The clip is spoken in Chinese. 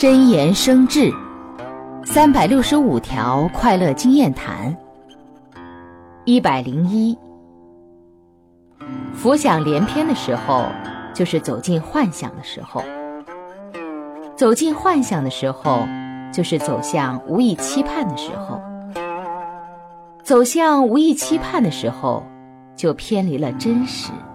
真言生智，365条快乐经验谈。101，浮想联翩的时候，就是走进幻想的时候；走进幻想的时候，就是走向无意期盼的时候；走向无意期盼的时候，就偏离了真实。